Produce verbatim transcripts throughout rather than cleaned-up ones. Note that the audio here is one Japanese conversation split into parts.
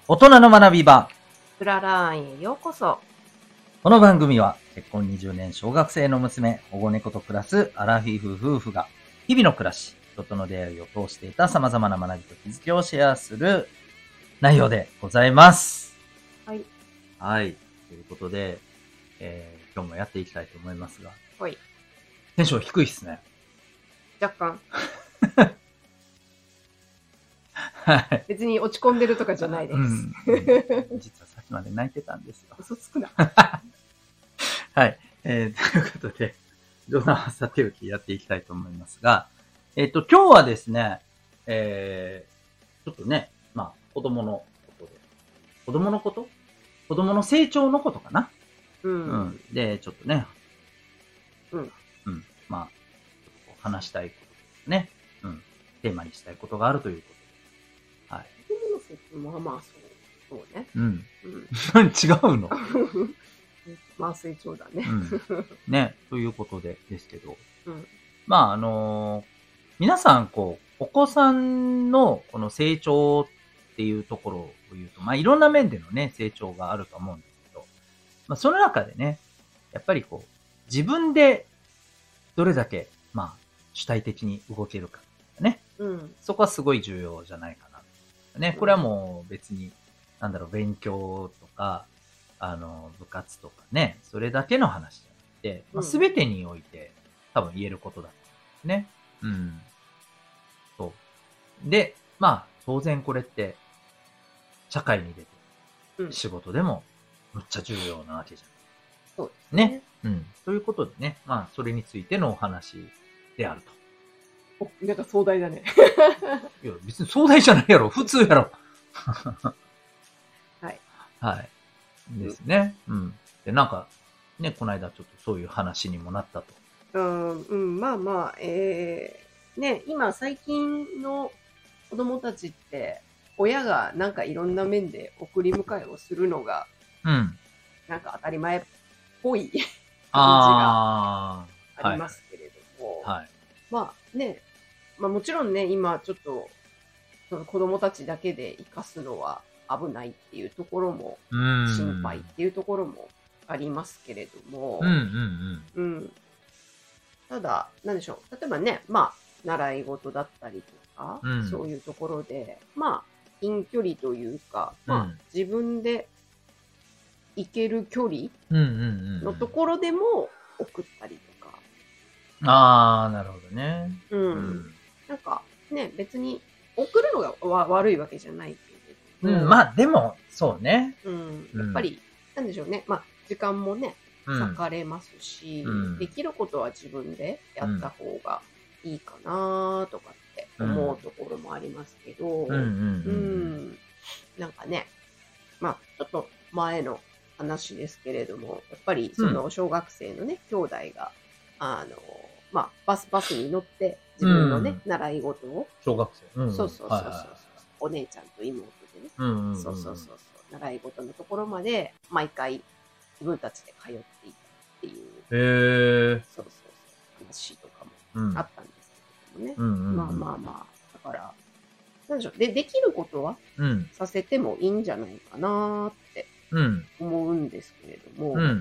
大人の学び場。 プララーンへようこそ。 この番組は結婚にじゅうねん小学生の娘、保護猫と暮らすアラフィフ夫婦が日々の暮らし、人との出会いを通していた様々な学びと気づきをシェアする内容でございます。 はい。 はい。ということで、えー、今日もやっていきたいと思いますが。 はい。 テンション低いっすね。 若干。 はい。 別に落ち込んでるとかじゃないです。うん、 実はさっきまで泣いてたんですよ。 嘘つくな。 はい。えー、ということで、冗談はさておきやっていきたいと思いますが、えっと、今日はですね、えー、ちょっとね、まあ、子供のことで、子供のこと子供の成長のことかな、うん、うん。で、ちょっとね、うん。うん。まあ、話したいことですね。うん。テーマにしたいことがあるということで。はい。 まあまあ、そう、そうね。 うん。うん、違うのまあ、成長だね。 うん。ね、ということで、ですけど。 うん、 まあ、あのー、皆さん、こう、お子さんのこの成長っていうところを言うと、まあ、いろんな面でのね、成長があると思うんですけど、まあ、その中でね、やっぱりこう、自分でどれだけ、まあ、主体的に動けるか、ね。うん。そこはすごい重要じゃないかな。ね。これはもう別に、なんだろう、勉強とか、あの、部活とかね、それだけの話じゃなくて、まあ、全てにおいて多分言えることだと思うんですね。うん。そう。で、まあ、当然これって、社会に出て、仕事でも、むっちゃ重要なわけじゃん。そうですね。ね。うん。ということでね、まあ、それについてのお話であると。 お、なんか壮大だね。 いや、別に壮大じゃないやろ。普通やろ。 はい。 はい。ですね。うん。で、なんか、ね、この間ちょっとそういう話にもなったと。 うん、うん、まあまあ、えー、ね、今最近の子供たちって、親がなんかいろんな面で送り迎えをするのが、うん。なんか当たり前っぽい感じがありますけれども、はいはい、まあね、まあもちろんね、今ちょっと、その子供たちだけで生かすのは危ないっていうところも、心配っていうところもありますけれども、うんうんうん。うん。ただ、なんでしょう。例えばね、まあ、習い事だったりとか、うん、そういうところで、まあ、近距離というか、まあ、うん、自分で行ける距離のところでも送ったりとか。 ああ、なるほどね。 うん。うん、なんか、ね、別に送るのがわ悪いわけじゃないけれど。うん、まあ、でも、そうね。 うん。やっぱり、なんでしょうね。まあ、時間もね、割かれますし、うん、できることは自分でやった方がいいかなとかって思うところもありますけど、うん。なんかね、まあ、ちょっと前の話ですけれども、やっぱりその小学生のね、兄弟が、あの、まあ、バスバスに乗って自分のね、うん、習い事を。 小学生、 うん、そうそうそうそう、はいはい、お姉ちゃんと妹でね、うんうんうん、そうそうそうそう、習い事のところまで毎回自分たちで通っていたっていう、へー、そうそうそう、話とかもあったんですけどもね。うん、まあまあまあ、だから、なんでしょう、で、できることはさせてもいいんじゃないかなって思うんですけれども、うんうんうん、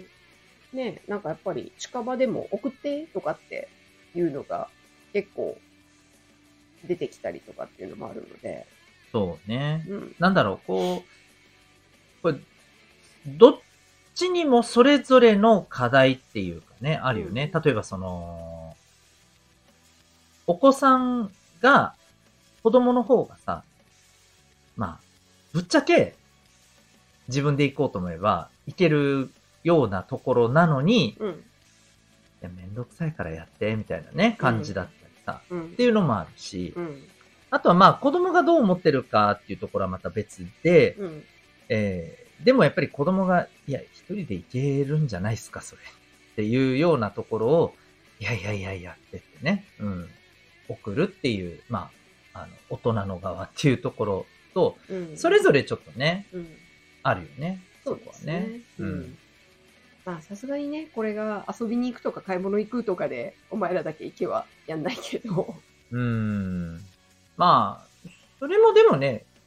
ね、なんかやっぱり近場でも送ってとかっていうのが結構出てきたりとかっていうのもあるので。 そうね。うん、なんだろう、こう、これ、どっちにもそれぞれの課題っていうかね、あるよね。うん、例えばその、お子さんが、子供の方がさ、まあ、ぶっちゃけ、自分で行こうと思えば、行けるようなところなのに、うん、いや、めんどくさいからやって、みたいなね、感じだったりさ、うん、っていうのもあるし、うん、あとはまあ、子供がどう思ってるかっていうところはまた別で、うん、えー、でもやっぱり子供が、いや、一人で行けるんじゃないですか、それ。っていうようなところを、いやいやいやいやってってね、うん、送るっていう、まあ、あの、大人の側っていうところと、うん、それぞれちょっとね、うん、あるよね。 そうですね。うん。まあ、さすがにね、これが遊びに行くとか買い物行くとかで、お前らだけ行けはやんないけど。 うーん。まあ、それもでもね、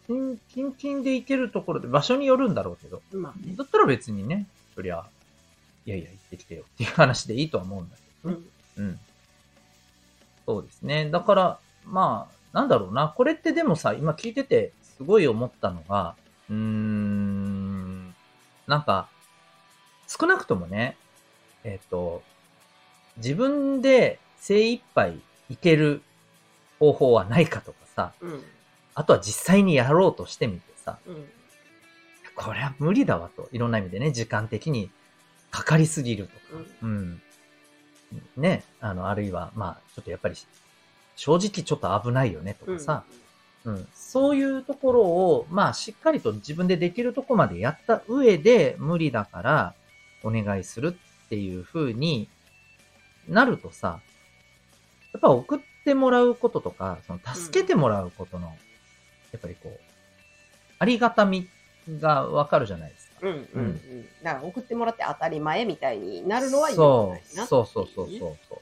近、近々で行けるところで場所によるんだろうけど。 まあね。 だったら別にね、そりゃ、いやいや行ってきてよっていう話でいいとは思うんだけどね。うん。うん。そうですね。だから、まあ、なんだろうな。これってでもさ、今聞いててすごい思ったのが、うーん、なんか、少なくともね、えっと、自分で精一杯いける方法はないかとかさ、 うん。 あとは実際にやろうとしてみてさ、 うん。 これは無理だわと。いろんな意味でね、時間的にかかりすぎるとか。 うん。 うんね、あの、あるいは、まあ、ちょっとやっぱり、正直ちょっと危ないよねとかさ、うん、うん、そういうところを、まあ、しっかりと自分でできるとこまでやった上で、無理だからお願いするっていう風になるとさ、やっぱ送ってもらうこととか、その助けてもらうことの、やっぱりこう、ありがたみがわかるじゃないですか。 うんうんうん。だから送ってもらって当たり前みたいになるのは良くないな。 そうそうそうそうそう。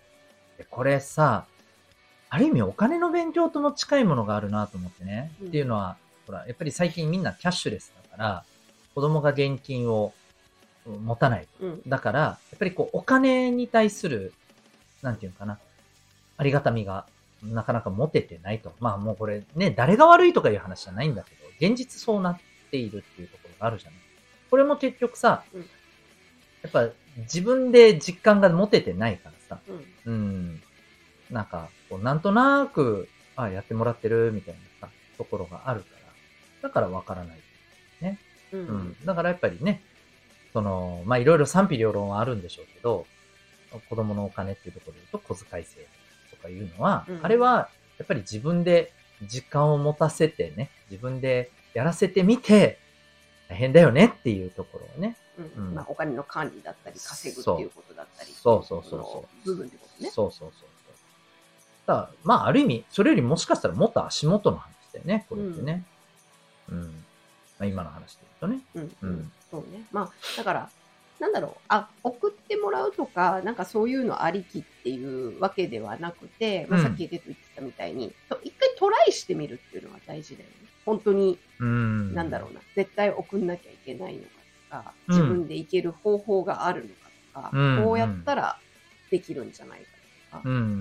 でこれさ、ある意味お金の勉強とも近いものがあるなと思ってね。 うん、 っていうのは、ほら、やっぱり最近みんなキャッシュレスだから、子供が現金を持たない。 うん、 だから、やっぱりこう、お金に対する、なんていうのかな、ありがたみがなかなか持ててないと。まあもうこれね、誰が悪いとかいう話じゃないんだけど、現実そうなっているっていうところがあるじゃない。これも結局さ、うん、やっぱ自分で実感が持ててないからさ、うん、うんなんか、こうなんとなく、あ、やってもらってるみたいなさ、ところがあるから、だからわからない。ね。うん、うん。だからやっぱりね、その、まあ、いろいろ賛否両論はあるんでしょうけど、子供のお金っていうところで言うと小遣い制とかいうのは、うん、あれは、やっぱり自分で実感を持たせてね、自分でやらせてみて、大変だよねっていうところをね。 うんうん、まあ、お金の管理だったり、稼ぐっていうことだったり、 そうそうそうそう。 部分ってことね。 そうそうそう。だからまあ、ある意味、それよりもしかしたらもっと足元の話だよね、これってね。うん。うん、まあ、今の話で言うとね。 うん。うん。そうね。まあ、だから、なんだろう、あ、送ってもらうとか、なんかそういうのありきっていうわけではなくて、まあ、さっき言ってたみたいに、うん、一回トライしてみるっていうのが大事だよね。本当に、うん、なんだろうな、絶対送んなきゃいけないのかとか、自分でいける方法があるのかとか、うん、こうやったらできるんじゃないかとか、うんうんうん、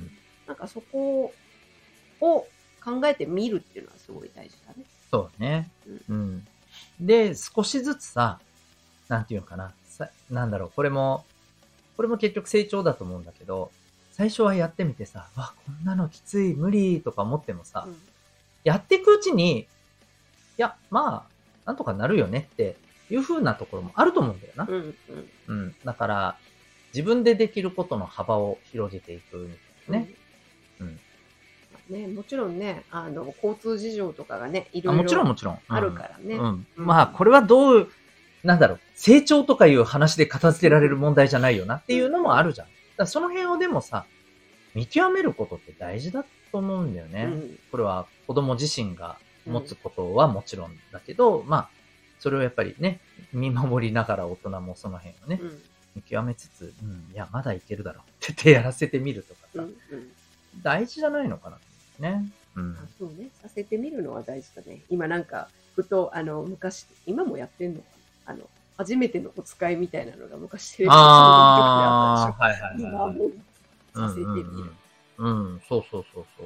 なんかそこを考えてみるっていうのはすごい大事だね。 そうね。うん。うん、で、少しずつさ、なんていうのかな。さ、なんだろう、これも、これも結局成長だと思うんだけど、最初はやってみてさ、わ、こんなのきつい、無理とか思ってもさ、うん、やっていくうちに、いや、まあ、なんとかなるよねっていう風なところもあると思うんだよな。うん、うん。うん。だから、自分でできることの幅を広げていくみたいなね。うん。うんね、もちろんね、あの、交通事情とかがね、いろいろ。もちろんもちろん。 あるからね。 うん。うん、まあ、これはどう、なんだろう、成長とかいう話で片付けられる問題じゃないよなっていうのもあるじゃん。だからその辺をでもさ、見極めることって大事だと思うんだよね。うん、これは子供自身が持つことはもちろんだけど、うん、まあ、それをやっぱりね、見守りながら大人もその辺をね、うん、見極めつつ、うん、いや、まだいけるだろうって言ってやらせてみるとかさ、うんうん、大事じゃないのかな。ね。 うん。あ、そうね。させてみるのは大事だね。今なんか、ふと、あの、昔、今もやってんのかなあの、初めてのお使いみたいなのが昔テレビであったでしょ。はいはいはい、はい。 今もさせてみる、 うんうんうん。うん、そうそうそうそう。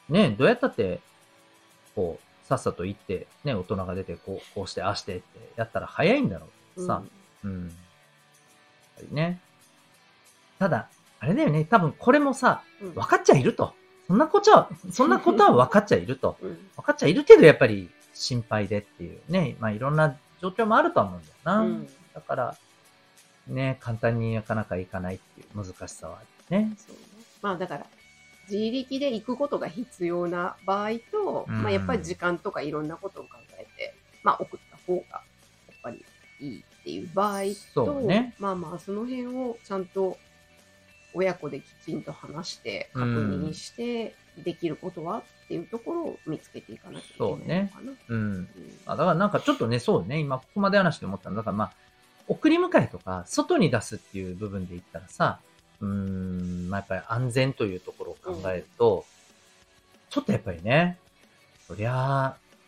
ね、どうやったって、こう、さっさと行って、ね、大人が出て、こう、こうして、ああしてってやったら早いんだろうさ。うん。うん、やっぱりね。ただ、あれだよね、多分これもさ、分かっちゃいると。そんなことは、そんなことは分かっちゃいると。分かっちゃいるけど、やっぱり心配でっていうね。まあいろんな状況もあると思うんだよな。うん、だから、ね、簡単になかなかいかないっていう難しさはあるね。 そうね。まあだから、自力で行くことが必要な場合と、うん、まあやっぱり時間とかいろんなことを考えて、まあ送った方がやっぱりいいっていう場合と、そうね、まあまあその辺をちゃんと親子できちんと話して確認してできることはっていうところを見つけていかなきゃいけないのかな。そうね。 うん。うん、あ、だからなんかちょっとね、そうね、今ここまで話して思ったのだからまあ、送り迎えとか外に出すっていう部分で言ったらさ、うーん、まあやっぱり安全というところを考えると、うん、ちょっとやっぱりね、そりゃあ、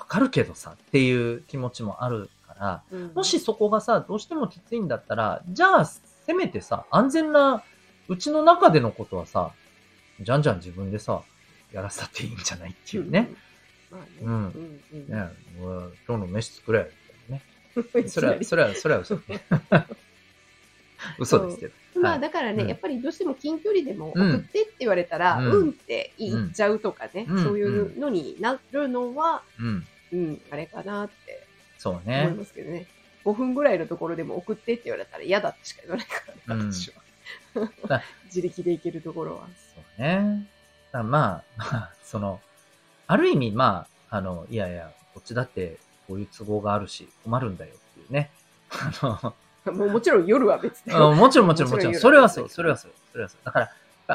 かるけどさっていう気持ちもあるから、 うん、 もしそこがさ、どうしてもきついんだったら、じゃあ、せめてさ、安全なうちの中でのことはさ、じゃんじゃん自分でさ、やらせたっていいんじゃないっていうね。 まあね。 うん。 うんうん。 ねもう今日の飯作れ。みたいなね。それは、 いきなりそれは、それは嘘ね。嘘ですけど。 まはい。 あだからね、 うんやっぱりどうしても近距離でもうん送ってって言われたら、 うんうんって言っちゃうとかね、 うんそういうのになるのは、 うん。 うん、あれかなって思いそうね。 ますけどね。ごふんぐらいのところでも送ってって言われたら嫌だってしか言わないからね、 うん私は。 だ自力で行けるところは。 そうね。だまあ、まあ、その、ある意味、まあ、あの、いやいや、こっちだってこういう都合があるし困るんだよっていうね。あの、 もうもちろん夜は別だあよ。 もちろんもちろんもちろん。 夜それはそう、 別だけどそれはそう、それはそう。だから、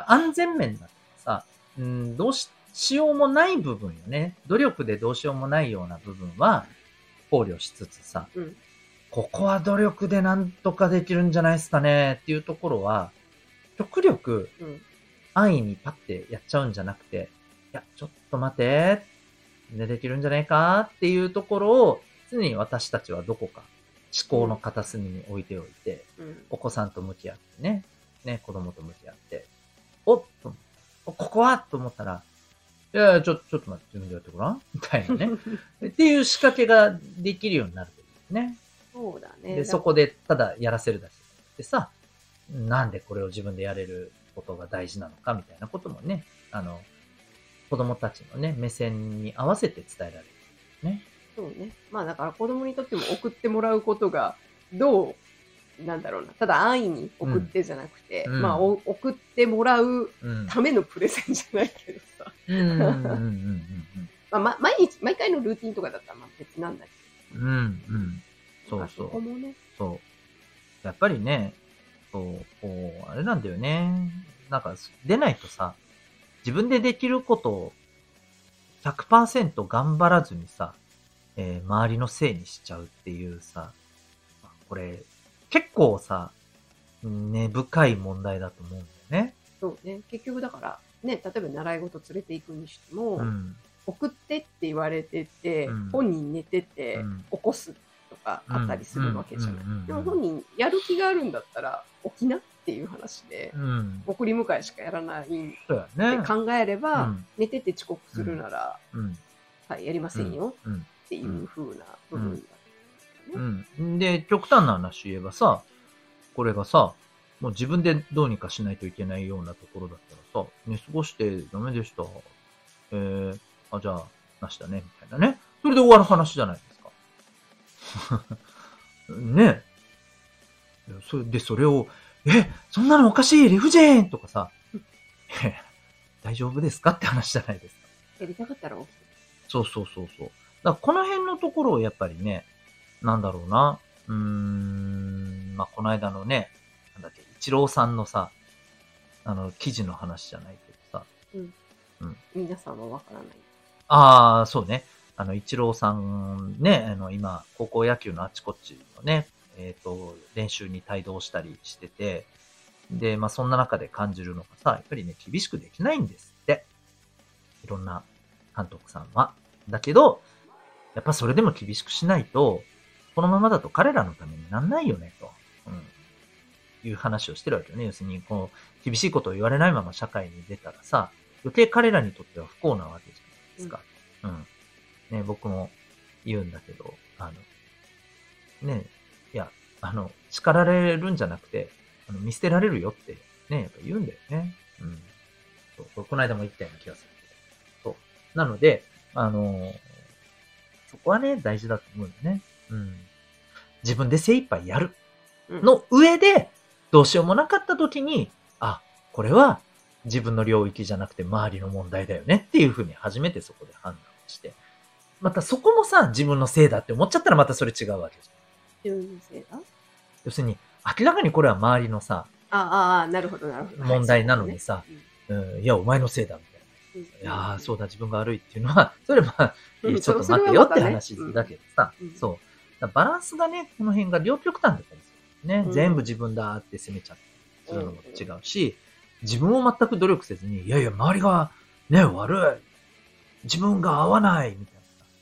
安全面だってさ、うん、どうししようもない部分よね。努力でどうしようもないような部分は考慮しつつさ、 うん、 ここは努力でなんとかできるんじゃないですかねっていうところは、極力うん、 安易にパッてやっちゃうんじゃなくて、いや、ちょっと待て、でできるんじゃないかっていうところを常に私たちはどこか思考の片隅に置いておいて、 うん、 お子さんと向き合ってね、ね、子供と向き合って、おっと、ここはと思ったら、いやいや、ちょ、ちょっと待って、自分でやってごらんみたいなね。っていう仕掛けができるようになるといいですね。 そうだね。 で、そこでただやらせるだけでさ、なんでこれを自分でやれることが大事なのかみたいなこともね、あの、子供たちのね、目線に合わせて伝えられる。ね。 そうね。まあだから子供にとっても送ってもらうことが、どう、なんだろうな。ただ安易に送ってじゃなくて、 うんまあお送ってもらううん。 ためのプレゼンじゃないけどさ。 うんうんうんうんまあ、ま、毎日、毎回のルーティンとかだったらまあ別なんだけうん。うんうん。 ど。 そうそまあそこもね。 そう。やっぱりね、そう、こう、あれなんだよね。なんか、出ないとさ、自分でできることをひゃくパーセント頑張らずにさ、えー周りのせいにしちゃうっていうさ、これ、結構さ、根深い問題だと思うんだよね。 そうね。結局だから、ね、例えば習い事連れて行くにしても、 うん。 送ってって言われてて、 うん本人寝てて、 うん起こすとかあったりするわけじゃない。 うんうんうんうんでも本人やる気があるんだったら起きなっていう話で、 うん。 送り迎えしかやらないっそうやね。 て考えれば、 うん寝てて遅刻するなら、 うん。 はい、やりませんようん。 っていう風な部分だ、ねうん。で、極端な話言えばさ、これがさ、もう自分でどうにかしないといけないようなところだったらさ、寝過ごしてダメでした。えー、あ、じゃあ、なしだね、みたいなね。それで終わる話じゃないですか。ねえ。それで、それを、え、そんなのおかしい、理不尽とかさ、え大丈夫ですかって話じゃないですか。 やりたかったら起きて。 そうそうそうそう。だからこの辺のところをやっぱりね、なんだろうな。うーん、まあ、この間のね、なんだっけ、イチローさんのさ、あの、記事の話じゃないけどさ。 うん。 うん。 皆さんはわからない。 ああ、そうね。あの、イチローさんね、あの、今、高校野球のあっちこっちのね、えっと、練習に帯同したりしてて、で、まあ、そんな中で感じるのがさ、やっぱりね、厳しくできないんですって。いろんな監督さんは。だけど、やっぱそれでも厳しくしないと、このままだと彼らのためになんないよね、と。うん。いう話をしてるわけよね。要するに、この、厳しいことを言われないまま社会に出たらさ、余計彼らにとっては不幸なわけじゃないですか。うん。うん、ね、僕も言うんだけど、あの、ね、いや、あの、叱られるんじゃなくて、あの見捨てられるよって、ね、やっぱ言うんだよね。うん。そうここの間も言ったような気がするけど。そう。なので、あの、そこはね、大事だと思うんだよね。うん。自分で精一杯やる。の上で、どうしようもなかった時に、あ、これは自分の領域じゃなくて周りの問題だよねっていうふうに初めてそこで判断して。またそこもさ、自分のせいだって思っちゃったらまたそれ違うわけじゃん。自分のせいだ？ 要するに、明らかにこれは周りのさ、 ああ、ああ、なるほど、なるほど。 問題なのにさ、うん、いや、お前のせいだみたいな。いやー、そうだ、自分が悪いっていうのは、それはまあ、ちょっと待ってよって話だけどさ、そう。バランスがね、この辺が両極端だったりする。ね、うん、全部自分だって責めちゃったりするのも違うし、自分を全く努力せずに、いやいや、周りがね、悪い。自分が合わないみたいな。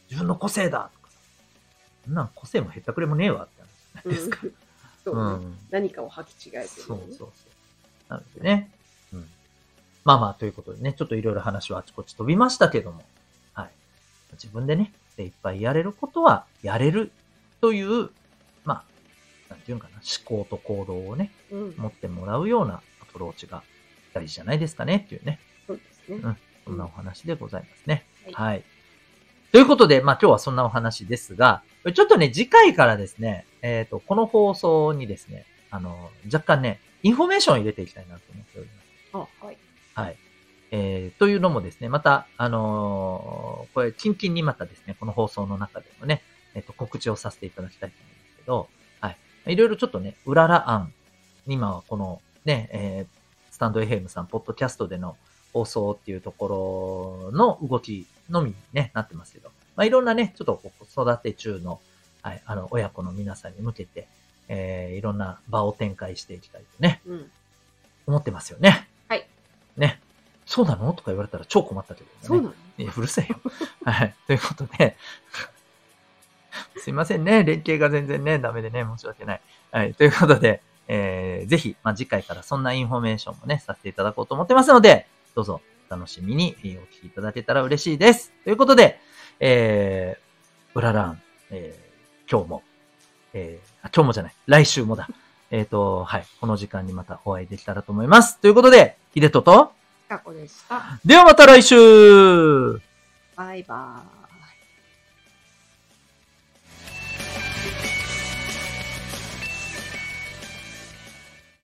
自分の個性だとか、そんなん個性もへったくれもねえわって話じゃないですか。うん、 そうね、うん。何かを履き違えてる、ね。 そうそうそう。なのでね。うん。まあまあ、ということでね、ちょっといろいろ話はあちこち飛びましたけども、はい。自分でね、いっぱいやれることはやれるという、まあ、なんていうのかな、思考と行動をね、うん、持ってもらうようなアプローチが大事じゃないですかねっていうね。 そうですね。 うん。そんなお話でございますね。うん、はい、はい。ということで、まあ今日はそんなお話ですが、ちょっとね、次回からですね、えっと、この放送にですね、あの、若干ね、インフォメーションを入れていきたいなと思っております。 あ、はい。 はい。えー、というのもですね、また、あのー、これ、キンキンにまたですね、この放送の中でもね、えっと、告知をさせていただきたいと思うんですけど、はい。いろいろちょっとね、うらら案、今はこのね、えー、スタンドエヘムさん、ポッドキャストでの放送っていうところの動きのみに、ね、なってますけど、まあ、いろんなね、ちょっと子育て中の、はい、あの、親子の皆さんに向けて、えー、いろんな場を展開していきたいとね、うん、思ってますよね。 はい。 ね。そうなのとか言われたら超困ったけどね。 そうなのいや、うるせえよ。はい。ということで、すいませんね。連携が全然ね、ダメでね、申し訳ない。はい。ということで、えー、ぜひ、まあ、次回からそんなインフォメーションもね、させていただこうと思ってますので、どうぞ楽しみにお聞きいただけたら嬉しいです。ということで、えー、うららん、えー、今日も、えー、あ、今日もじゃない、来週もだ。えっと、はい、この時間にまたお会いできたらと思います。ということで、ヒデトと、 かこでした。 ではまた来週。 バイバーイ。